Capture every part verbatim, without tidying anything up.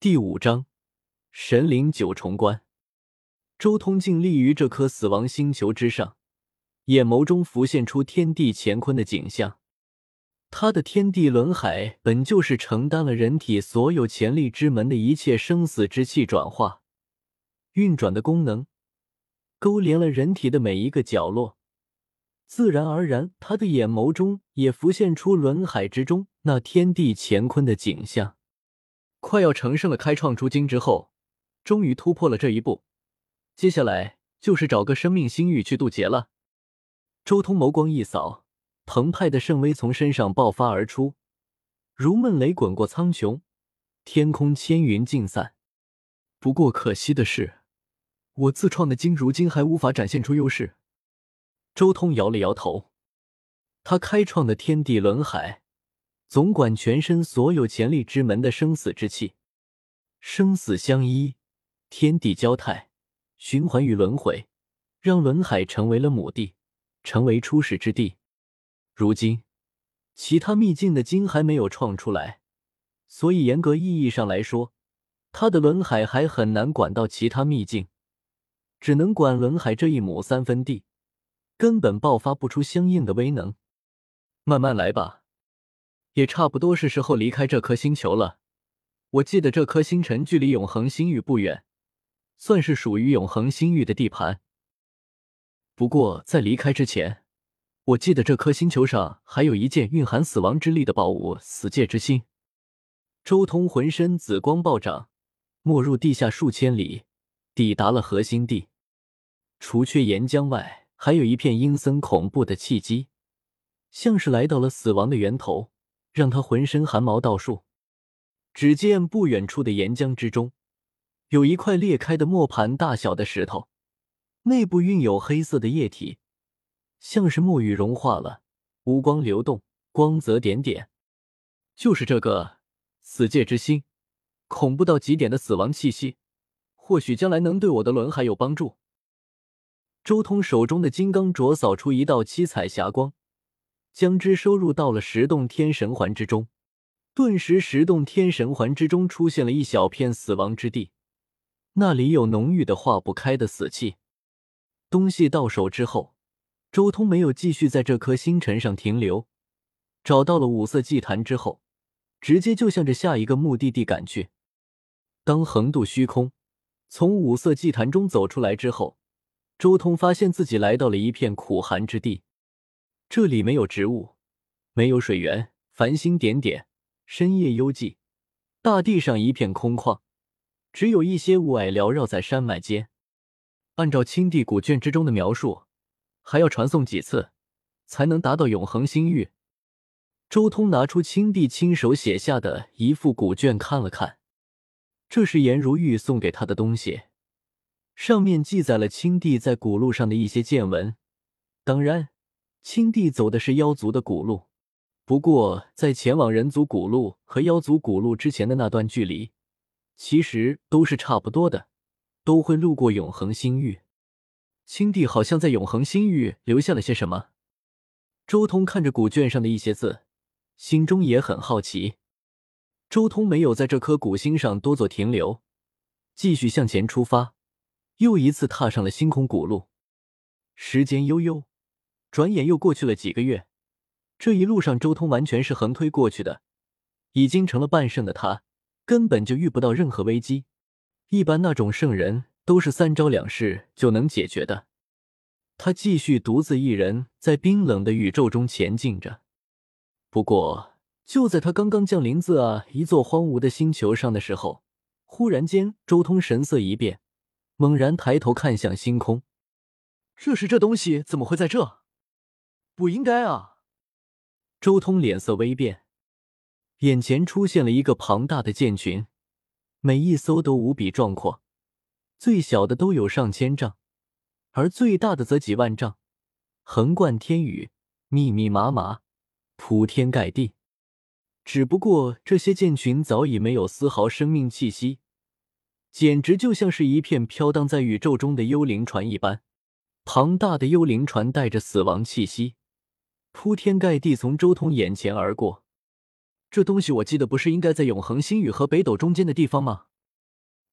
第五章神灵九重关。周通静立于这颗死亡星球之上，眼眸中浮现出天地乾坤的景象。他的天地轮海本就是承担了人体所有潜力之门的一切生死之气转化、运转的功能，勾连了人体的每一个角落。自然而然，他的眼眸中也浮现出轮海之中那天地乾坤的景象。快要成圣了开创诸经之后，终于突破了这一步，接下来就是找个生命星域去渡劫了。周通眸光一扫，澎湃的圣威从身上爆发而出，如闷雷滚过苍穹，天空千云尽散。不过可惜的是，我自创的经如今还无法展现出优势。周通摇了摇头，他开创的天地轮海总管全身所有潜力之门的生死之气，生死相依，天地交泰，循环与轮回，让轮海成为了母地，成为出世之地。如今其他秘境的经还没有创出来，所以严格意义上来说，他的轮海还很难管到其他秘境，只能管轮海这一亩三分地，根本爆发不出相应的威能。慢慢来吧，也差不多是时候离开这颗星球了。我记得这颗星辰距离永恒星域不远，算是属于永恒星域的地盘。不过在离开之前，我记得这颗星球上还有一件蕴含死亡之力的宝物——死界之心。周通浑身紫光暴涨，没入地下数千里，抵达了核心地。除却岩浆外，还有一片阴森恐怖的气机，像是来到了死亡的源头，让他浑身寒毛倒竖。只见不远处的岩浆之中，有一块裂开的磨盘大小的石头，内部蕴有黑色的液体，像是墨玉融化了，无光流动，光泽点点。就是这个死界之心，恐怖到极点的死亡气息，或许将来能对我的轮海有帮助。周通手中的金刚镯扫出一道七彩霞光，将之收入到了十洞天神环之中。顿时十洞天神环之中出现了一小片死亡之地，那里有浓郁的化不开的死气。东西到手之后，周通没有继续在这颗星辰上停留，找到了五色祭坛之后，直接就向着下一个目的地赶去。当横渡虚空，从五色祭坛中走出来之后，周通发现自己来到了一片苦寒之地。这里没有植物，没有水源，繁星点点，深夜幽寂，大地上一片空旷，只有一些雾霭缭绕在山脉间。按照青帝古卷之中的描述，还要传送几次才能达到永恒星域。周通拿出青帝亲手写下的一副古卷看了看，这是颜如玉送给他的东西，上面记载了青帝在古路上的一些见闻。当然，青帝走的是妖族的古路，不过在前往人族古路和妖族古路之前的那段距离，其实都是差不多的，都会路过永恒星域。青帝好像在永恒星域留下了些什么。周通看着古卷上的一些字，心中也很好奇。周通没有在这颗古星上多做停留，继续向前出发，又一次踏上了星空古路。时间悠悠，转眼又过去了几个月。这一路上周通完全是横推过去的，已经成了半圣的他，根本就遇不到任何危机。一般那种圣人都是三招两式就能解决的。他继续独自一人在冰冷的宇宙中前进着。不过就在他刚刚降临自啊一座荒芜的星球上的时候，忽然间周通神色一变，猛然抬头看向星空。这是这东西怎么会在这？不应该啊！周通脸色微变，眼前出现了一个庞大的舰群，每一艘都无比壮阔，最小的都有上千丈，而最大的则几万丈，横贯天宇，密密麻麻，铺天盖地。只不过这些舰群早已没有丝毫生命气息，简直就像是一片飘荡在宇宙中的幽灵船一般。庞大的幽灵船带着死亡气息，铺天盖地从周通眼前而过。这东西我记得不是应该在永恒星域和北斗中间的地方吗？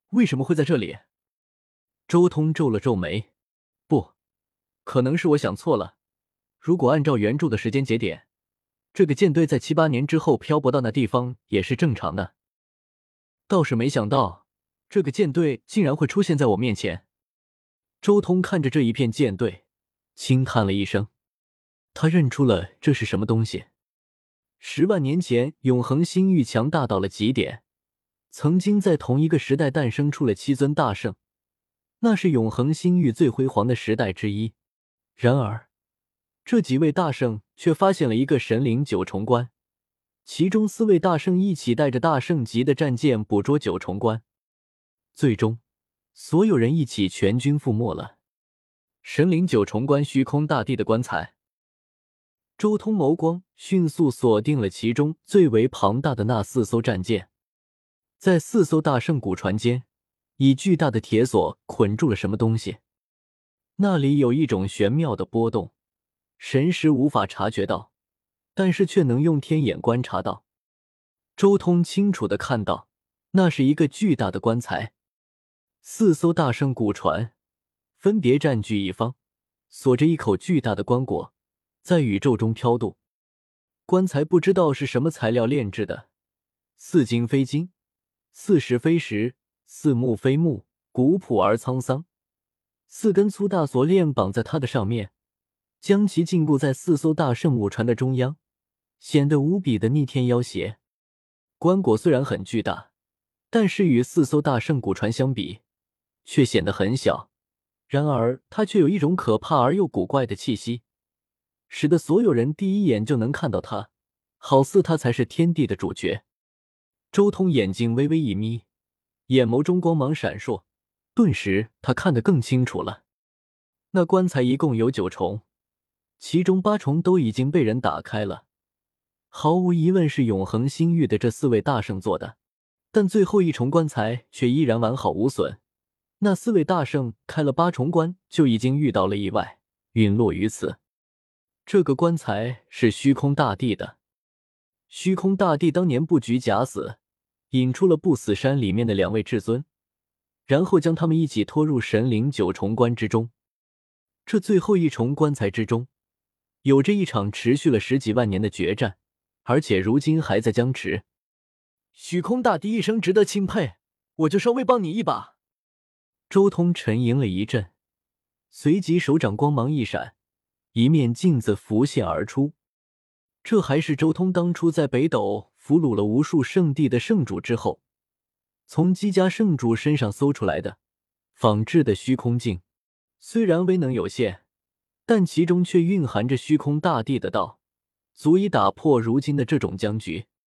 为什么会在这里？周通皱了皱眉，不，可能是我想错了。如果按照原著的时间节点，这个舰队在七八年之后漂泊到那地方也是正常的。倒是没想到，这个舰队竟然会出现在我面前。周通看着这一片舰队，轻叹了一声，他认出了这是什么东西。十万年前，永恒星域强大到了极点，曾经在同一个时代诞生出了七尊大圣，那是永恒星域最辉煌的时代之一。然而，这几位大圣却发现了一个神灵九重关，其中四位大圣一起带着大圣级的战舰捕捉九重关，最终所有人一起全军覆没了。神灵九重关虚空大帝的棺材，周通眸光迅速锁定了其中最为庞大的那四艘战舰，在四艘大圣古船间，以巨大的铁索捆住了什么东西，那里有一种玄妙的波动，神识无法察觉到，但是却能用天眼观察到。周通清楚地看到，那是一个巨大的棺材，四艘大圣古船分别占据一方，锁着一口巨大的棺椁，在宇宙中飘动。棺材不知道是什么材料炼制的，似金非金，似石非石，似木非木，古朴而沧桑。四根粗大锁链绑在它的上面，将其禁锢在四艘大圣母船的中央，显得无比的逆天要挟。棺椁虽然很巨大，但是与四艘大圣古船相比，却显得很小。然而它却有一种可怕而又古怪的气息，使得所有人第一眼就能看到它，好似它才是天地的主角。周通眼睛微微一眯，眼眸中光芒闪烁，顿时他看得更清楚了。那棺材一共有九重，其中八重都已经被人打开了，毫无疑问是永恒星域的这四位大圣做的，但最后一重棺材却依然完好无损。那四位大圣开了八重关就已经遇到了意外，陨落于此。这个棺材是虚空大帝的，虚空大帝当年布局假死，引出了不死山里面的两位至尊，然后将他们一起拖入神灵九重关之中。这最后一重棺材之中，有着一场持续了十几万年的决战，而且如今还在僵持。虚空大帝一生值得钦佩，我就稍微帮你一把。周通沉吟了一阵，随即手掌光芒一闪，一面镜子浮现而出。这还是周通当初在北斗俘虏了无数圣地的圣主之后，从姬家圣主身上搜出来的仿制的虚空镜。虽然威能有限，但其中却蕴含着虚空大帝的道，足以打破如今的这种僵局。